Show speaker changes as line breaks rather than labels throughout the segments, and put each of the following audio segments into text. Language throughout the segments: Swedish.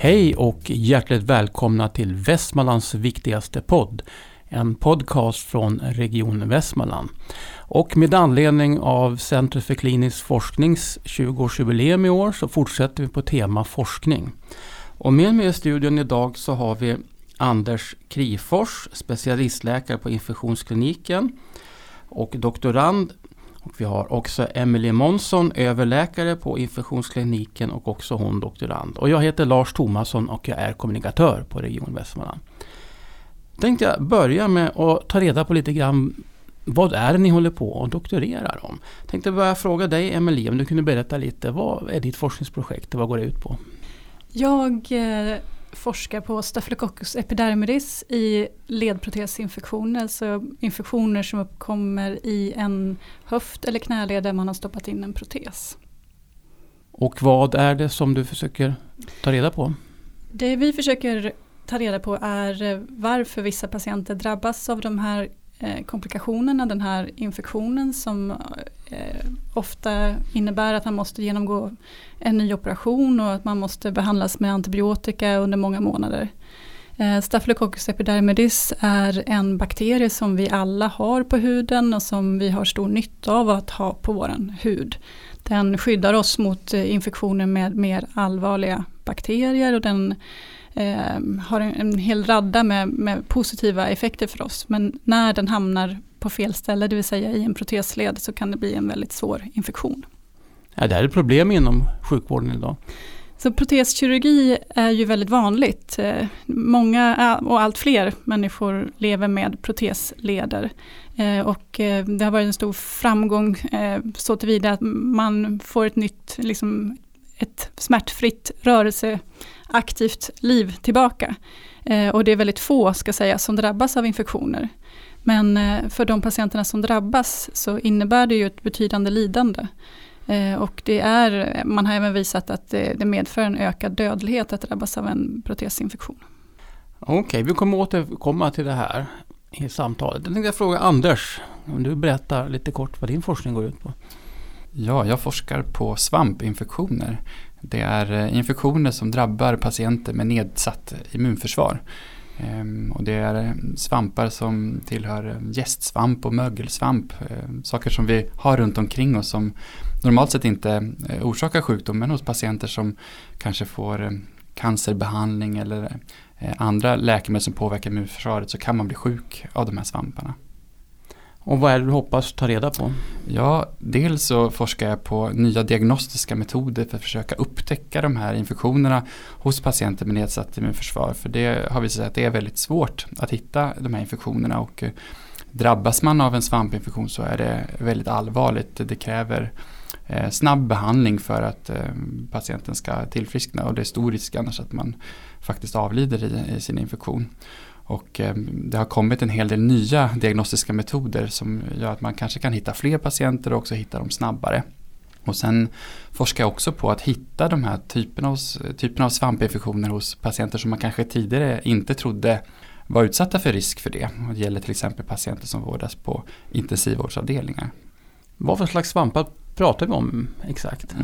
Hej och hjärtligt välkomna till Västmanlands viktigaste podd. En podcast från Region Västmanland. Och med anledning av Centret för klinisk forsknings 20-årsjubileum i år så fortsätter vi på tema forskning. Och med mig i studion idag så har vi Anders Krifors, specialistläkare på infektionskliniken och doktorand. Och vi har också Emelie Månsson, överläkare på infektionskliniken och också hon doktorand. Och jag heter Lars Thomasson och jag är kommunikatör på Region Västmanland. Tänkte jag börja med att ta reda på lite grann vad är det ni håller på och doktorerar om. Tänkte börja fråga dig Emelie om du kunde berätta lite, vad är ditt forskningsprojekt och vad går det ut på?
Jag forskar på Staphylococcus epidermidis i ledprotesinfektioner, alltså infektioner som uppkommer i en höft eller knäled där man har stoppat in en protes.
Och vad är det som du försöker ta reda på?
Det vi försöker ta reda på är varför vissa patienter drabbas av de här komplikationerna, den här infektionen som ofta innebär att man måste genomgå en ny operation och att man måste behandlas med antibiotika under många månader. Staphylococcus epidermidis är en bakterie som vi alla har på huden och som vi har stor nytta av att ha på vår hud. Den skyddar oss mot infektioner med mer allvarliga bakterier och den har en hel radda med positiva effekter för oss. Men när den hamnar på fel ställe, det vill säga i en protesled, så kan det bli en väldigt svår infektion.
Ja, det är ett problem inom sjukvården idag.
Så proteskirurgi är ju väldigt vanligt. Många och allt fler människor lever med protesleder. Och det har varit en stor framgång så tillvida att man får ett nytt, ett smärtfritt rörelseaktivt liv tillbaka. Och det är väldigt få, ska säga, som drabbas av infektioner. Men för de patienterna som drabbas så innebär det ju ett betydande lidande. Och man har även visat att det medför en ökad dödlighet att drabbas av en protesinfektion.
Okej, vi kommer återkomma till det här i samtalet. Jag tänkte fråga Anders, om du berättar lite kort vad din forskning går ut på.
Ja, jag forskar på svampinfektioner. Det är infektioner som drabbar patienter med nedsatt immunförsvar. Och det är svampar som tillhör jästsvamp och mögelsvamp. Saker som vi har runt omkring oss som normalt sett inte orsakar sjukdom, men hos patienter som kanske får cancerbehandling eller andra läkemedel som påverkar immunförsvaret så kan man bli sjuk av de här svamparna.
Och vad är det du hoppas ta reda på?
Ja, dels så forskar jag på nya diagnostiska metoder för att försöka upptäcka de här infektionerna hos patienter med nedsatt immunförsvar. För det har vi sett att det är väldigt svårt att hitta de här infektionerna, och drabbas man av en svampinfektion så är det väldigt allvarligt. Det kräver snabb behandling för att patienten ska tillfriskna, och det är stor risk annars att man faktiskt avlider i sin infektion. Och det har kommit en hel del nya diagnostiska metoder som gör att man kanske kan hitta fler patienter och också hitta dem snabbare. Och sen forskar jag också på att hitta de här typen av svampinfektioner hos patienter som man kanske tidigare inte trodde var utsatta för risk för det. Och det gäller till exempel patienter som vårdas på intensivvårdsavdelningar.
Vad för slags svampar pratar vi om exakt?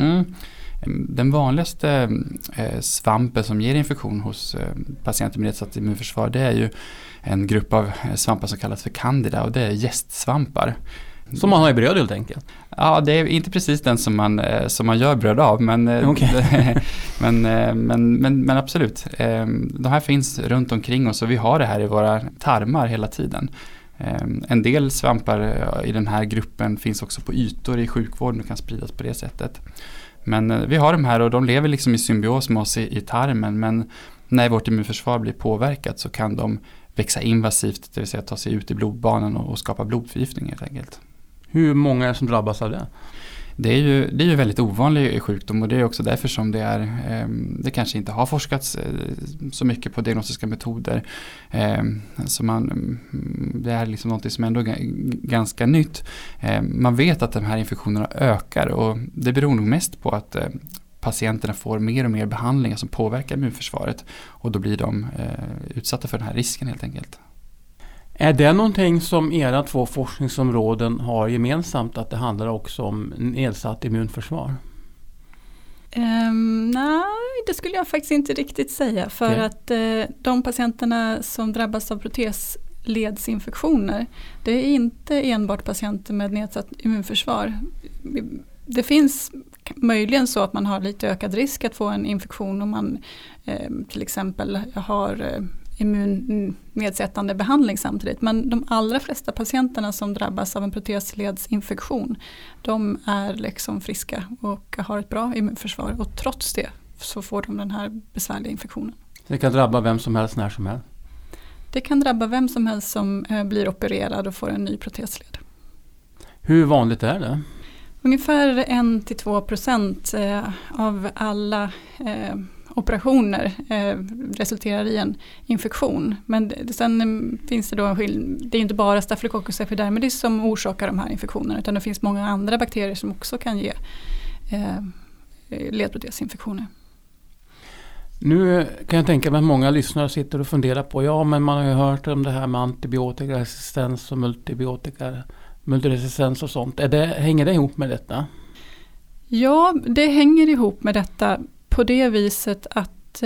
Den vanligaste svampen som ger infektion hos patienter med nedsatt immunförsvar, det är ju en grupp av svampar som kallas för candida, och det är jästsvampar.
Som man har i bröd helt enkelt?
Ja, det är inte precis den som man gör bröd av, men,
okay.
men absolut. De här finns runt omkring oss och vi har det här i våra tarmar hela tiden. En del svampar i den här gruppen finns också på ytor i sjukvården och kan spridas på det sättet. Men vi har de här och de lever liksom i symbios med oss i tarmen, men när vårt immunförsvar blir påverkat så kan de växa invasivt, det vill säga ta sig ut i blodbanan och skapa blodförgiftning helt enkelt.
Hur många är det som drabbas av det?
Det är ju väldigt ovanlig sjukdom, och det är också därför som det kanske inte har forskats så mycket på diagnostiska metoder. Så det är liksom något som ändå är ganska nytt. Man vet att de här infektionerna ökar, och det beror nog mest på att patienterna får mer och mer behandlingar som påverkar immunförsvaret, och då blir de utsatta för den här risken helt enkelt.
Är det någonting som era två forskningsområden har gemensamt, att det handlar också om nedsatt immunförsvar?
Nej, det skulle jag faktiskt inte riktigt säga. För att de patienterna som drabbas av protesledsinfektioner, det är inte enbart patienter med nedsatt immunförsvar. Det finns möjligen så att man har lite ökad risk att få en infektion om man till exempel har immunnedsättande behandling samtidigt. Men de allra flesta patienterna som drabbas av en protesledsinfektion, de är liksom friska och har ett bra immunförsvar. Och trots det så får de den här besvärliga infektionen.
Det kan drabba vem som helst när som helst?
Det kan drabba vem som helst som blir opererad och får en ny protesled.
Hur vanligt är det?
Ungefär 1-2% av alla operationer resulterar i en infektion. Men sen finns det då det är inte bara Staphylococcus epidermidis som orsakar de här infektionerna, utan det finns många andra bakterier som också kan ge ledprotesinfektioner.
Nu kan jag tänka mig att många lyssnare sitter och funderar på, men man har ju hört om det här med antibiotikaresistens och multiresistens och sånt. Hänger det ihop med detta? Ja,
det hänger ihop med detta på det viset att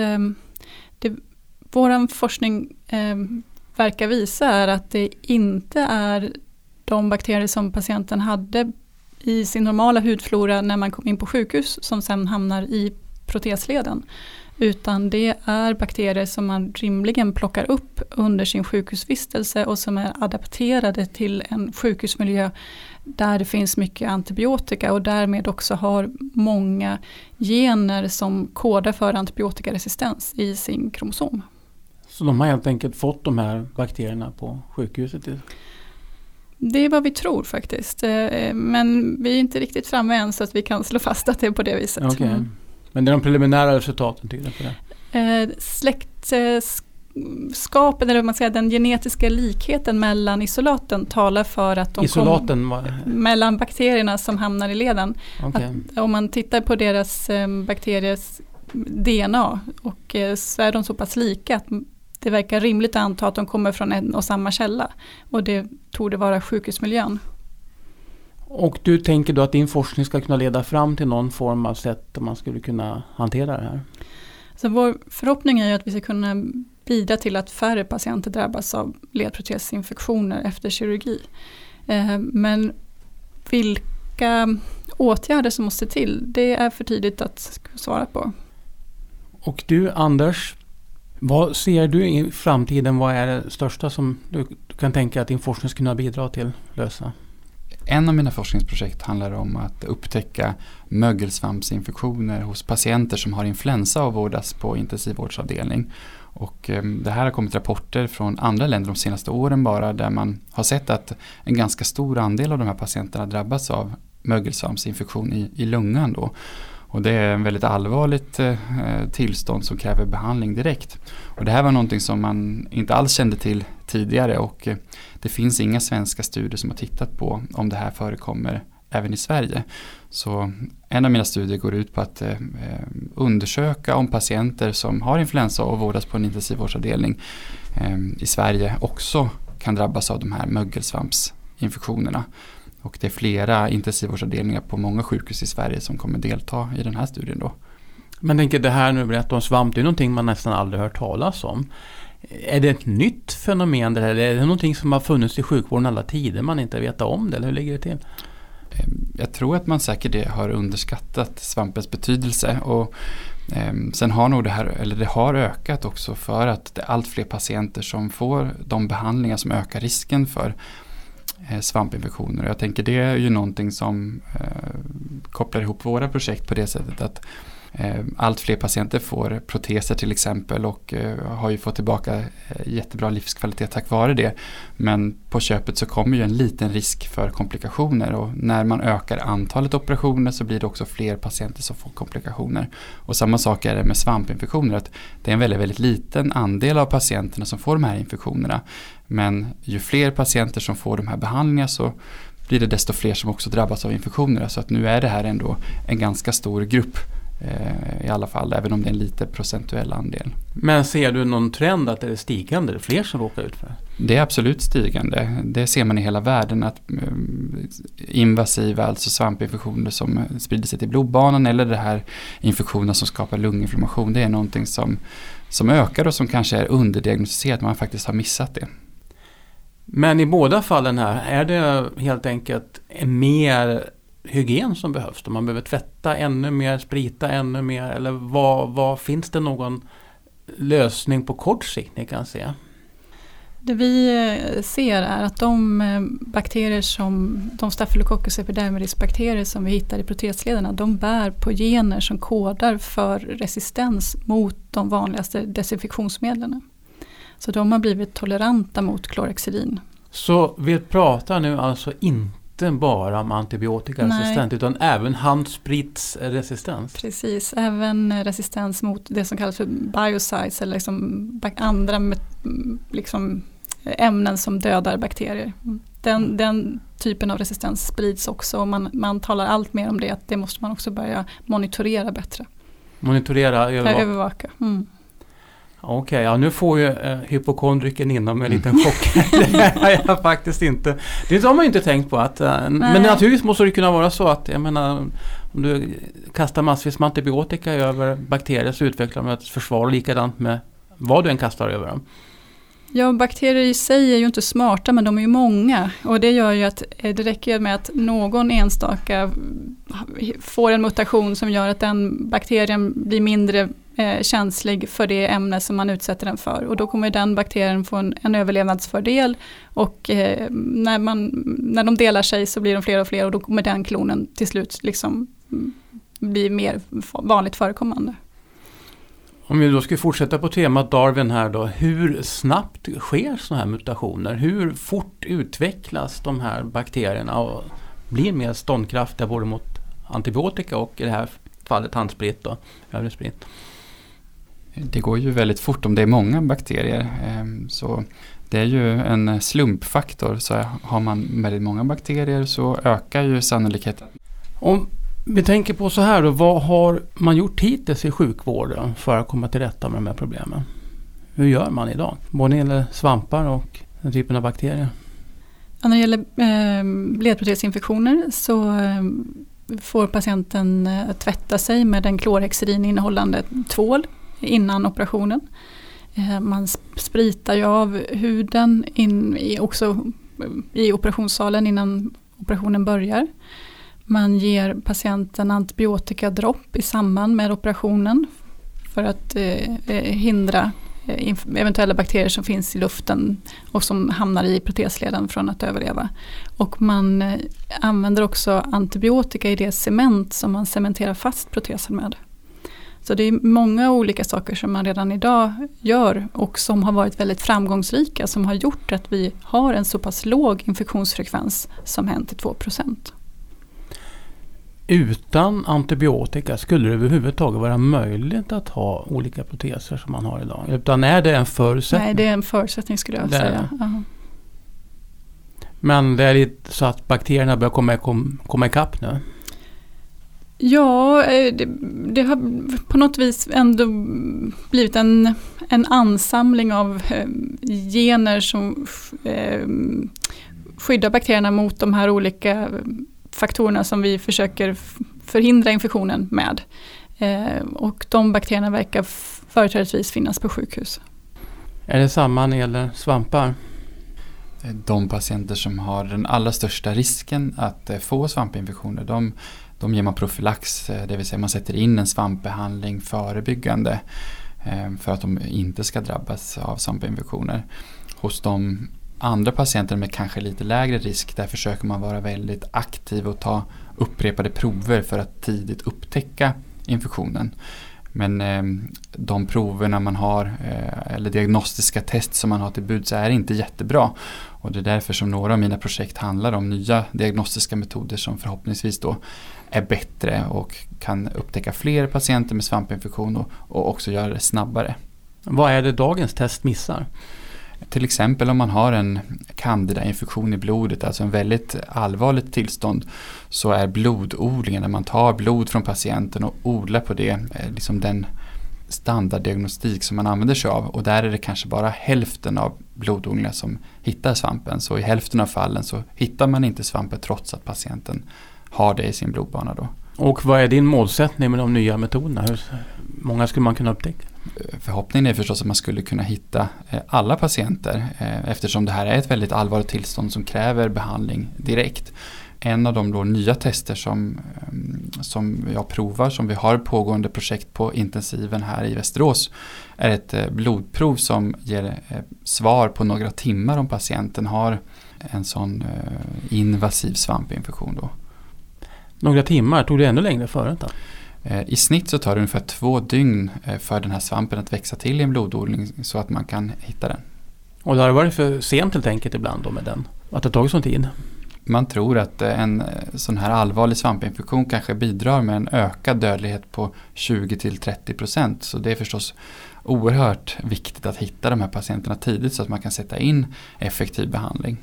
vår forskning verkar visa är att det inte är de bakterier som patienten hade i sin normala hudflora när man kom in på sjukhus som sen hamnar i protesleden. Utan det är bakterier som man rimligen plockar upp under sin sjukhusvistelse och som är adapterade till en sjukhusmiljö där det finns mycket antibiotika och därmed också har många gener som kodar för antibiotikaresistens i sin kromosom.
Så de har helt enkelt fått de här bakterierna på sjukhuset?
Det är vad vi tror faktiskt. Men vi är inte riktigt framme än så att vi kan slå fast att det är på det viset.
Okay. Men det är de preliminära resultaten tycker jag på det?
Släktskapet, eller man säger, den genetiska likheten mellan isolaten talar för att mellan bakterierna som hamnar i leden. Okay. Att om man tittar på deras bakteriers DNA och så är de så pass lika att det verkar rimligt att anta att de kommer från en och samma källa. Och det torde vara sjukhusmiljön.
Och du tänker då att din forskning ska kunna leda fram till någon form av sätt där man skulle kunna hantera det här?
Så vår förhoppning är att vi ska kunna bidra till att färre patienter drabbas av ledprotesinfektioner efter kirurgi. Men vilka åtgärder som måste till, det är för tidigt att svara på.
Och du Anders, vad ser du i framtiden? Vad är det största som du kan tänka att din forskning ska kunna bidra till att lösa?
En av mina forskningsprojekt handlar om att upptäcka mögelsvampsinfektioner hos patienter som har influensa och vårdas på intensivvårdsavdelning. Och det här har kommit rapporter från andra länder de senaste åren bara, där man har sett att en ganska stor andel av de här patienterna drabbas av mögelsvampsinfektion i lungan då. Och det är en väldigt allvarligt tillstånd som kräver behandling direkt. Och det här var någonting som man inte alls kände till tidigare, och det finns inga svenska studier som har tittat på om det här förekommer även i Sverige. Så en av mina studier går ut på att undersöka om patienter som har influensa och vårdas på en intensivvårdsavdelning i Sverige också kan drabbas av de här mögelsvampsinfektionerna. Och det är flera intensivvårdsavdelningar på många sjukhus i Sverige som kommer delta i den här studien då.
Men tänker det här nu berättar om svamp, det är någonting man nästan aldrig hört talas om. Är det ett nytt fenomen eller är det någonting som har funnits i sjukvården alla tider man inte vet om det, eller hur ligger det till?
Jag tror att man säkert har underskattat svampens betydelse, och sen har nog det har ökat också för att det är allt fler patienter som får de behandlingar som ökar risken för svampinfektioner. Jag tänker det är ju någonting som kopplar ihop våra projekt på det sättet att allt fler patienter får proteser till exempel, och har ju fått tillbaka jättebra livskvalitet tack vare det. Men på köpet så kommer ju en liten risk för komplikationer, och när man ökar antalet operationer så blir det också fler patienter som får komplikationer. Och samma sak är det med svampinfektioner, att det är en väldigt, väldigt liten andel av patienterna som får de här infektionerna. Men ju fler patienter som får de här behandlingarna så blir det desto fler som också drabbas av infektioner. Så att nu är det här ändå en ganska stor grupp i alla fall, även om det är en lite procentuell andel.
Men ser du någon trend att det är stigande, det är fler som råkar ut för det?
Det är absolut stigande. Det ser man i hela världen, att invasiva, alltså svampinfektioner som sprider sig till blodbanan, eller det här infektioner som skapar lunginflammation. Det är någonting som ökar och som kanske är underdiagnostiserat. Man faktiskt har missat det.
Men i båda fallen här är det helt enkelt mer hygien som behövs. Man behöver tvätta ännu mer, sprita ännu mer, eller vad finns det någon lösning på kort sikt ni kan se?
Det vi ser är att de bakterier de Staphylococcus epidermidis bakterier som vi hittar i proteslederna, de bär på gener som kodar för resistens mot de vanligaste desinfektionsmedlen. Så de har blivit toleranta mot klorhexidin.
Så vi pratar nu alltså inte bara om antibiotikaresistent utan även handspritsresistens?
Precis, även resistens mot det som kallas för biocides eller liksom andra ämnen som dödar bakterier. Den typen av resistens sprids också och man talar allt mer om det, att det måste man också börja monitorera bättre.
Monitorera,
övervaka.
Okej, ja, nu får ju hypokondriken inom en liten chock. Det har jag faktiskt inte. Det har man ju inte tänkt på. Men naturligtvis måste det kunna vara så att, jag menar, om du kastar massvis med antibiotika över bakterier så utvecklar man ett försvar likadant med vad du än kastar över dem.
Ja, bakterier i sig är ju inte smarta, men de är ju många. Och det gör ju att det räcker med att någon enstaka får en mutation som gör att den bakterien blir mindre känslig för det ämne som man utsätter den för. Och då kommer den bakterien få en överlevnadsfördel och när de delar sig så blir de fler och fler och då kommer den klonen till slut liksom bli mer vanligt förekommande.
Om vi då ska fortsätta på temat Darwin här då, hur snabbt sker sådana här mutationer? Hur fort utvecklas de här bakterierna och blir mer ståndkraftiga både mot antibiotika och i det här fallet handsprit och övrig sprit?
Det går ju väldigt fort om det är många bakterier. Så det är ju en slumpfaktor. Så har man väldigt många bakterier så ökar ju sannolikheten.
Om vi tänker på så här då, vad har man gjort hittills i sjukvården för att komma till rätta med de här problemen? Hur gör man idag? Både när det gäller svampar och den typen av bakterier.
Ja, när det gäller ledprotesinfektioner så får patienten tvätta sig med en klorhexidin innehållande tvål innan operationen. Man spritar ju av huden också i operationssalen innan operationen börjar. Man ger patienten antibiotikadropp i samband med operationen för att hindra eventuella bakterier som finns i luften och som hamnar i protesleden från att överleva. Och man använder också antibiotika i det cement som man cementerar fast protesen med. Så det är många olika saker som man redan idag gör och som har varit väldigt framgångsrika, som har gjort att vi har en så pass låg infektionsfrekvens som 1-2%.
Utan antibiotika skulle det överhuvudtaget vara möjligt att ha olika proteser som man har idag? Utan är det en förutsättning?
Nej, det är en förutsättning skulle jag säga.
Men det är lite så att bakterierna börjar komma ikapp nu?
Ja, det har på något vis ändå blivit en ansamling av gener som skyddar bakterierna mot de här olika faktorerna som vi försöker förhindra infektionen med. Och de bakterierna verkar företrädesvis finnas på sjukhus.
Är det samma när det gäller svampar?
De patienter som har den allra största risken att få svampinfektioner, de ger man profylax, det vill säga man sätter in en svampbehandling förebyggande för att de inte ska drabbas av svampinfektioner. Hos de andra patienter med kanske lite lägre risk, där försöker man vara väldigt aktiv och ta upprepade prover för att tidigt upptäcka infektionen. Men de proverna man har eller diagnostiska test som man har till buds är inte jättebra. Och det är därför som några av mina projekt handlar om nya diagnostiska metoder som förhoppningsvis då är bättre och kan upptäcka fler patienter med svampinfektion och också göra det snabbare.
Vad är det dagens test missar?
Till exempel om man har en candida-infektion i blodet, alltså en väldigt allvarligt tillstånd, så är blododlingen, när man tar blod från patienten och odlar på det, liksom den standarddiagnostik som man använder sig av, och där är det kanske bara hälften av blododlingar som hittar svampen. Så i hälften av fallen så hittar man inte svampen trots att patienten har det i sin blodbana då.
Och vad är din målsättning med de nya metoderna? Hur många skulle man kunna upptäcka?
Förhoppningen är förstås att man skulle kunna hitta alla patienter eftersom det här är ett väldigt allvarligt tillstånd som kräver behandling direkt. En av de då nya tester som jag provar, som vi har pågående projekt på intensiven här i Västerås, är ett blodprov som ger svar på några timmar om patienten har en sån invasiv svampinfektion då.
Några timmar? Tog det ännu längre förut då?
I snitt så tar det ungefär 2 dygn för den här svampen att växa till i en blododling så att man kan hitta den.
Och det har varit för sent helt enkelt ibland då med den? Att det tagit sån tid?
Man tror att en sån här allvarlig svampinfektion kanske bidrar med en ökad dödlighet på 20-30%. Så det är förstås oerhört viktigt att hitta de här patienterna tidigt så att man kan sätta in effektiv behandling.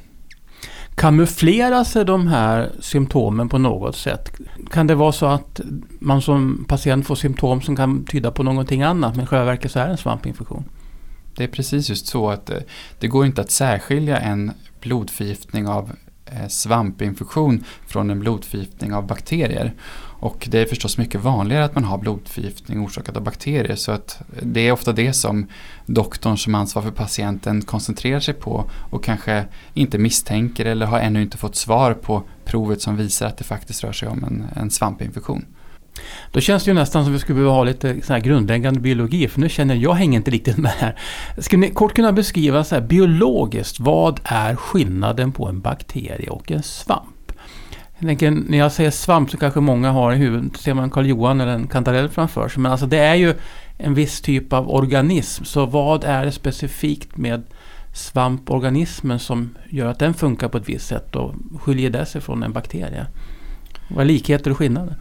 Kamouflerar sig de här symptomen på något sätt? Kan det vara så att man som patient får symptom som kan tyda på någonting annat, men själva verket så är det en svampinfektion?
Det är precis just så att det går inte att särskilja en blodförgiftning av svampinfektion från en blodförgiftning av bakterier. Och det är förstås mycket vanligare att man har blodförgiftning orsakad av bakterier, så att det är ofta det som doktorn som ansvar för patienten koncentrerar sig på och kanske inte misstänker eller har ännu inte fått svar på provet som visar att det faktiskt rör sig om en svampinfektion.
Då känns det ju nästan som vi skulle behöva ha lite så här grundläggande biologi, för nu känner jag hänger inte riktigt med här. Skulle ni kort kunna beskriva så här biologiskt, vad är skillnaden på en bakterie och en svamp? Jag tänker, när jag säger svamp så kanske många har i huvudet, ser man Karl Johan eller en kantarell framför sig, men alltså det är ju en viss typ av organism, så vad är det specifikt med svamporganismen som gör att den funkar på ett visst sätt och skiljer det sig från en bakterie? Vad är likheter och skillnader?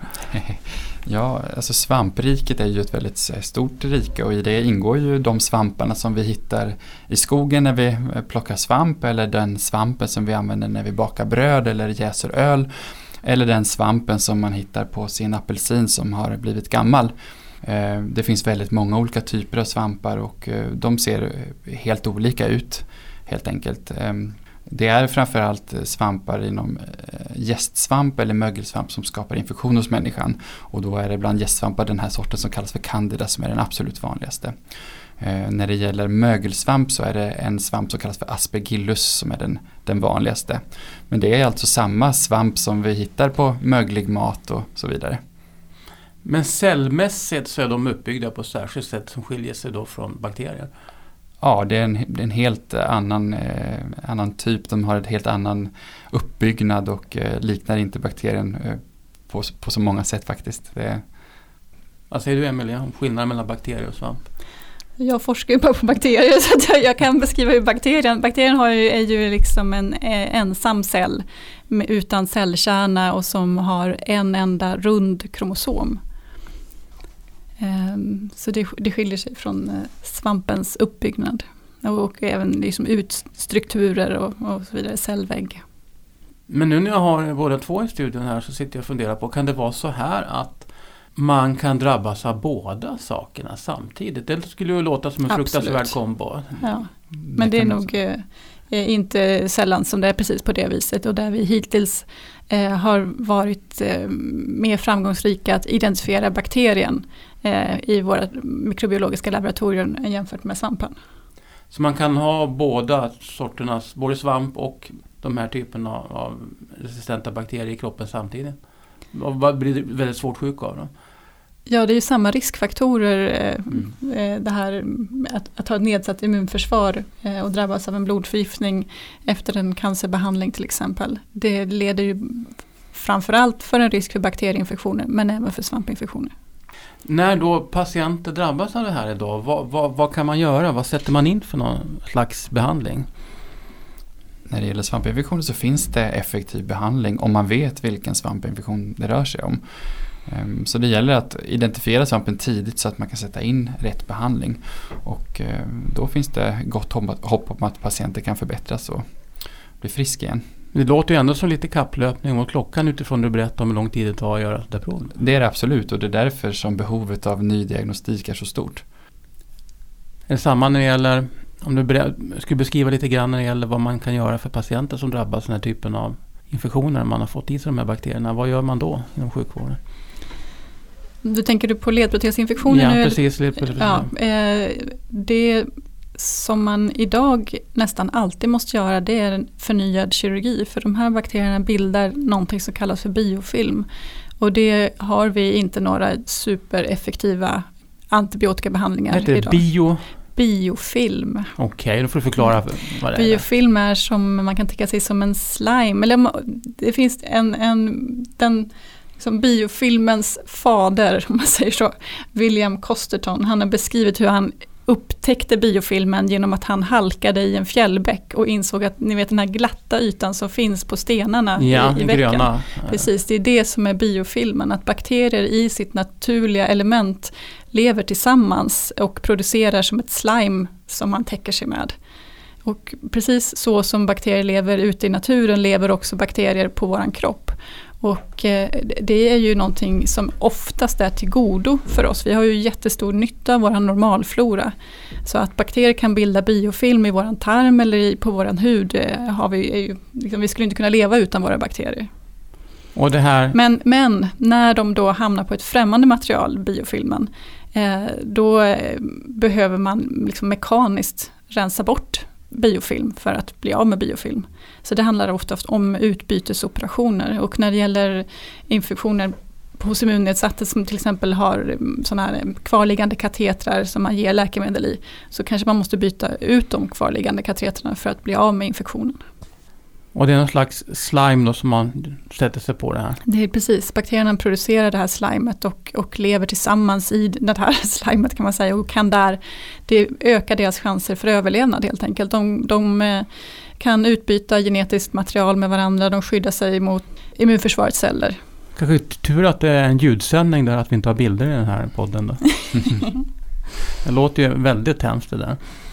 Ja, alltså svampriket är ju ett väldigt stort rike, och i det ingår ju de svamparna som vi hittar i skogen när vi plockar svamp, eller den svampen som vi använder när vi bakar bröd eller jäser öl, eller den svampen som man hittar på sin apelsin som har blivit gammal. Det finns väldigt många olika typer av svampar och de ser helt olika ut helt enkelt. Det är framförallt svampar inom jästsvamp eller mögelsvamp som skapar infektion hos människan. Och då är det bland jästsvampar den här sorten som kallas för candida som är den absolut vanligaste. När det gäller mögelsvamp så är det en svamp som kallas för aspergillus som är den vanligaste. Men det är alltså samma svamp som vi hittar på möglig mat och så vidare.
Men cellmässigt så är de uppbyggda på ett särskilt sätt som skiljer sig då från bakterier?
Ja, det är en helt annan typ. De har ett helt annan uppbyggnad och liknar inte bakterien på så många sätt faktiskt.
Vad säger du, Emilia, om skillnaden mellan bakterier och svamp?
Jag forskar ju bara på bakterier så att jag kan beskriva hur bakterien är ju liksom en ensam cell utan cellkärna och som har en enda rund kromosom. Så det skiljer sig från svampens uppbyggnad och även liksom utstrukturer och så vidare, cellvägg.
Men nu när jag har båda två i studion här så sitter jag och funderar på, kan det vara så här att man kan drabbas av båda sakerna samtidigt? Det skulle ju låta som en fruktansvärd kombo.
Ja, men det är nog inte sällan som det är precis på det viset, och där vi hittills har varit mer framgångsrika att identifiera bakterien i våra mikrobiologiska laboratorier jämfört med svampen. Så
man kan ha båda sorternas, både svamp och de här typerna av resistenta bakterier i kroppen samtidigt? Vad blir det väldigt svårt sjuk av då? Ja, det är ju samma riskfaktorer,
det här att ha ett nedsatt immunförsvar och drabbas av en blodförgiftning efter en cancerbehandling till exempel. Det leder ju framförallt för en risk för bakterieinfektioner men även för svampinfektioner.
När då patienter drabbas av det här idag, vad kan man göra? Vad sätter man in för någon slags behandling?
När det gäller svampinfektioner så finns det effektiv behandling om man vet vilken svampinfektion det rör sig om. Så det gäller att identifiera svampen tidigt så att man kan sätta in rätt behandling. Och då finns det gott hopp om att patienter kan förbättras och bli friska igen.
Det låter ju ändå som lite kapplöpning mot klockan utifrån du berättar om hur lång tid det tar att göra det provet.
Det är det absolut, och det är därför som behovet av ny diagnostik är så stort.
Är det samma när det gäller, om du skulle beskriva lite grann när det gäller vad man kan göra för patienter som drabbas av den här typen av infektioner, man har fått i sig de här bakterierna, vad gör man då inom sjukvården?
Du tänker du på ledprotesinfektioner?
Ja,
nu?
Precis.
Ja, det som man idag nästan alltid måste göra, det är en förnyad kirurgi. För de här bakterierna bildar någonting som kallas för biofilm. Och det har vi inte några supereffektiva antibiotikabehandlingar
idag. Heter det
biofilm.
Okej, då får du förklara vad det är.
Biofilm är som man kan tänka sig som en slime. Eller det finns den som biofilmens fader, om man säger så, William Costerton. Han har beskrivit hur han upptäckte biofilmen genom att han halkade i en fjällbäck och insåg att ni vet den här glatta ytan som finns på stenarna i bäcken.
Gröna.
Precis, det är det som är biofilmen. Att bakterier i sitt naturliga element lever tillsammans och producerar som ett slime som man täcker sig med. Och precis så som bakterier lever ute i naturen lever också bakterier på våran kropp. Och det är ju någonting som oftast är till godo för oss. Vi har ju jättestor nytta av vår normalflora. Så att bakterier kan bilda biofilm i våran tarm eller på våran hud vi skulle inte kunna leva utan våra bakterier.
Och det här...
Men när de då hamnar på ett främmande material, biofilmen, då behöver man liksom mekaniskt rensa bort biofilm för att bli av med biofilm. Så det handlar ofta om utbytesoperationer. Och när det gäller infektioner hos immunnedsatta som till exempel har såna här kvarliggande katetrar som man ger läkemedel i, så kanske man måste byta ut de kvarliggande katetrarna för att bli av med infektionen.
Och det är någon slags slime då som man sätter sig på det här? Det
är precis, bakterierna producerar det här slimet och lever tillsammans i det här slimet kan man säga och det ökar deras chanser för överlevnad helt enkelt. De kan utbyta genetiskt material med varandra, de skyddar sig mot immunförsvarets celler.
Kanske tur att det är en ljudsändning där att vi inte har bilder i den här podden då. Det låter ju väldigt hemskt det där.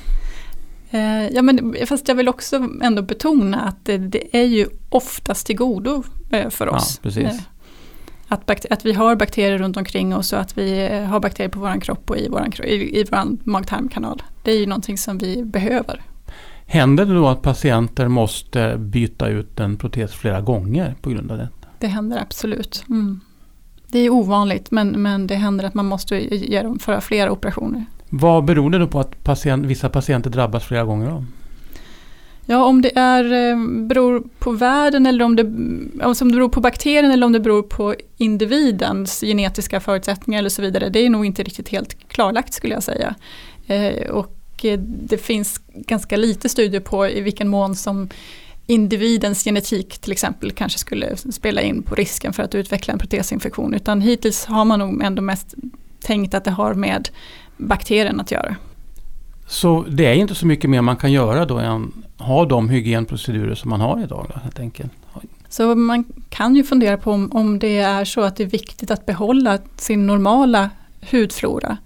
Ja, men fast jag vill också ändå betona att det är ju oftast till godo för oss.
Ja, precis.
Att vi har bakterier runt omkring oss och att vi har bakterier på våran kropp och i våran mag-tarmkanal. Det är ju någonting som vi behöver.
Händer det då att patienter måste byta ut en protes flera gånger på grund av det?
Det händer absolut. Mm. Det är ovanligt men det händer att man måste genomföra flera operationer.
Vad beror det då på att vissa patienter drabbas flera gånger om?
Ja, om det beror på världen eller om det beror på bakterien eller om det beror på individens genetiska förutsättningar eller så vidare. Det är nog inte riktigt helt klarlagt skulle jag säga. Och det finns ganska lite studier på i vilken mån som individens genetik till exempel kanske skulle spela in på risken för att utveckla en protesinfektion. Utan hittills har man nog ändå mest tänkt att det har med bakterien att göra. Så
det är inte så mycket mer man kan göra då än ha de hygienprocedurer som man har idag då, helt enkelt?
Så man kan ju fundera på om det är så att det är viktigt att behålla sin normala hudflora.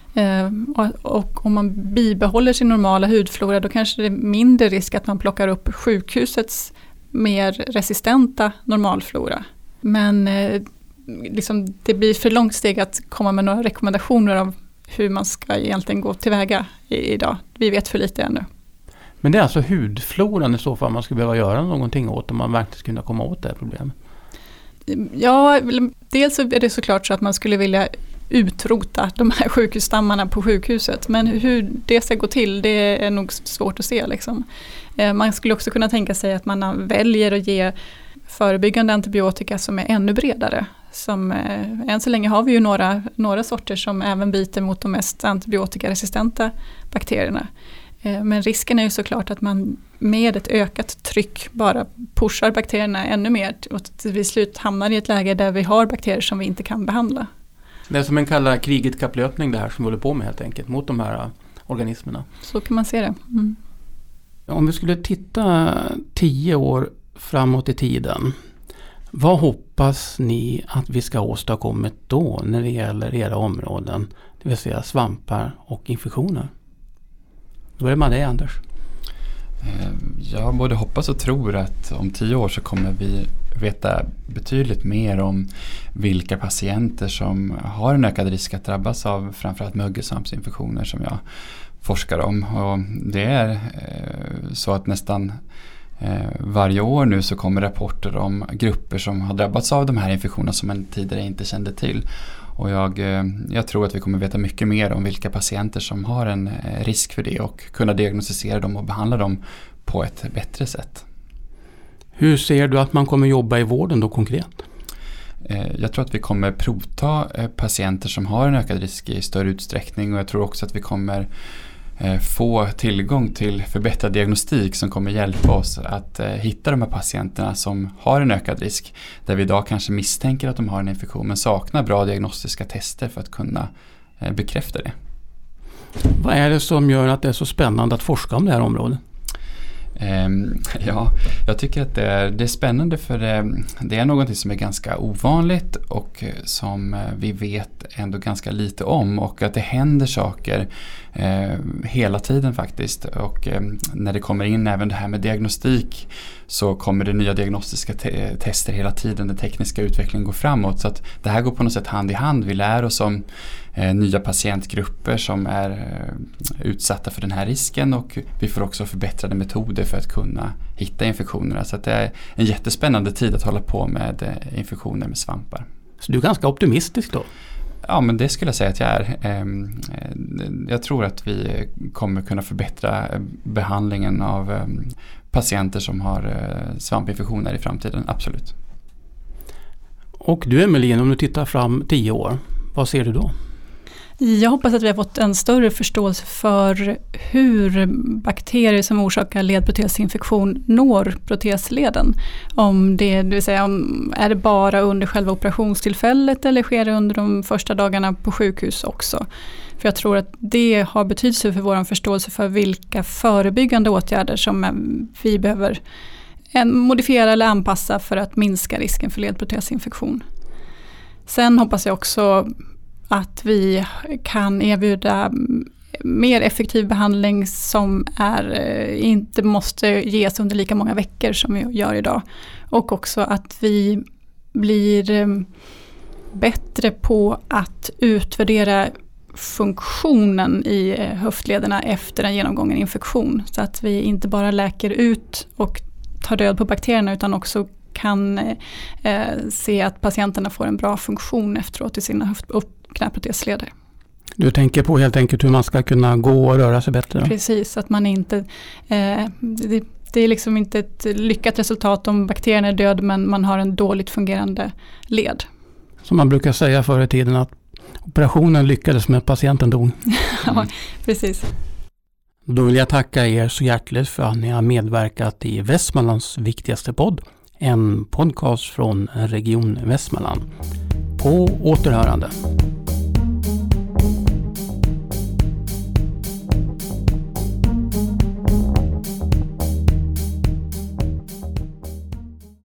Och om man bibehåller sin normala hudflora då kanske det är mindre risk att man plockar upp sjukhusets mer resistenta normalflora. Men det blir för långt steg att komma med några rekommendationer av hur man ska egentligen gå tillväga idag. Vi vet för lite ännu.
Men det är alltså hudfloran i så fall man skulle behöva göra någonting åt om man verkligen skulle kunna komma åt det här problemet?
Ja, dels är det såklart så att man skulle vilja utrota de här sjukhusstammarna på sjukhuset. Men hur det ska gå till, det är nog svårt att se. Liksom. Man skulle också kunna tänka sig att man väljer att ge förebyggande antibiotika som är ännu bredare. Än så länge har vi ju några sorter som även biter mot de mest antibiotikaresistenta bakterierna. Men risken är ju såklart att man med ett ökat tryck bara pushar bakterierna ännu mer och till vi slut hamnar i ett läge där vi har bakterier som vi inte kan behandla.
Det är som en kallar kriget kapplöpning det här som vi håller på med helt enkelt mot de här organismerna.
Så kan man se det. Mm.
Om vi skulle titta 10 år framåt i tiden, vad hoppas ni att vi ska åstadkomma då när det gäller era områden, det vill säga svampar och infektioner? Då är man det, Anders.
Jag både hoppas och tror att om 10 år så kommer vi veta betydligt mer om vilka patienter som har en ökad risk att drabbas av framförallt mögelsvampsinfektioner som jag forskar om. Och det är så att nästan varje år nu så kommer rapporter om grupper som har drabbats av de här infektionerna som man tidigare inte kände till. Och jag tror att vi kommer veta mycket mer om vilka patienter som har en risk för det och kunna diagnostisera dem och behandla dem på ett bättre sätt.
Hur ser du att man kommer jobba i vården då konkret?
Jag tror att vi kommer provta patienter som har en ökad risk i större utsträckning, och jag tror också att vi kommer få tillgång till förbättrad diagnostik som kommer hjälpa oss att hitta de här patienterna som har en ökad risk, där vi idag kanske misstänker att de har en infektion men saknar bra diagnostiska tester för att kunna bekräfta det.
Vad är det som gör att det är så spännande att forska om det här området?
Ja, jag tycker att det är spännande, för det är något som är ganska ovanligt och som vi vet ändå ganska lite om, och att det händer saker hela tiden faktiskt. Och när det kommer in även det här med diagnostik, så kommer det nya diagnostiska tester hela tiden. Den tekniska utvecklingen går framåt, så att det här går på något sätt hand i hand. Vi lär oss om nya patientgrupper som är utsatta för den här risken, och vi får också förbättrade metoder för att kunna hitta infektionerna. Så att det är en jättespännande tid att hålla på med infektioner med svampar.
Så du är ganska optimistisk då?
Ja, men det skulle jag säga att jag är. Jag tror att vi kommer kunna förbättra behandlingen av patienter som har svampinfektioner i framtiden, absolut.
Och du Emelie, om du tittar fram 10 år, vad ser du då?
Jag hoppas att vi har fått en större förståelse för hur bakterier som orsakar ledprotesinfektion når protesleden. Det vill säga, är det bara under själva operationstillfället eller sker det under de första dagarna på sjukhus också? För jag tror att det har betydelse för vår förståelse för vilka förebyggande åtgärder som vi behöver modifiera eller anpassa för att minska risken för ledprotesinfektion. Sen hoppas jag också att vi kan erbjuda mer effektiv behandling som inte måste ges under lika många veckor som vi gör idag. Och också att vi blir bättre på att utvärdera funktionen i höftlederna efter en genomgången infektion. Så att vi inte bara läker ut och tar död på bakterierna, utan också kan se att patienterna får en bra funktion efteråt i sina knäprotesleder.
Du tänker på helt enkelt hur man ska kunna gå och röra sig bättre?
Precis, att man inte... det är liksom inte ett lyckat resultat om bakterien är död, men man har en dåligt fungerande led.
Som man brukar säga förr i tiden, att operationen lyckades men patienten dog.
Ja, precis.
Då vill jag tacka er så hjärtligt för att ni har medverkat i Västmanlands viktigaste podd. En podcast från Region Västmanland. På återhörande.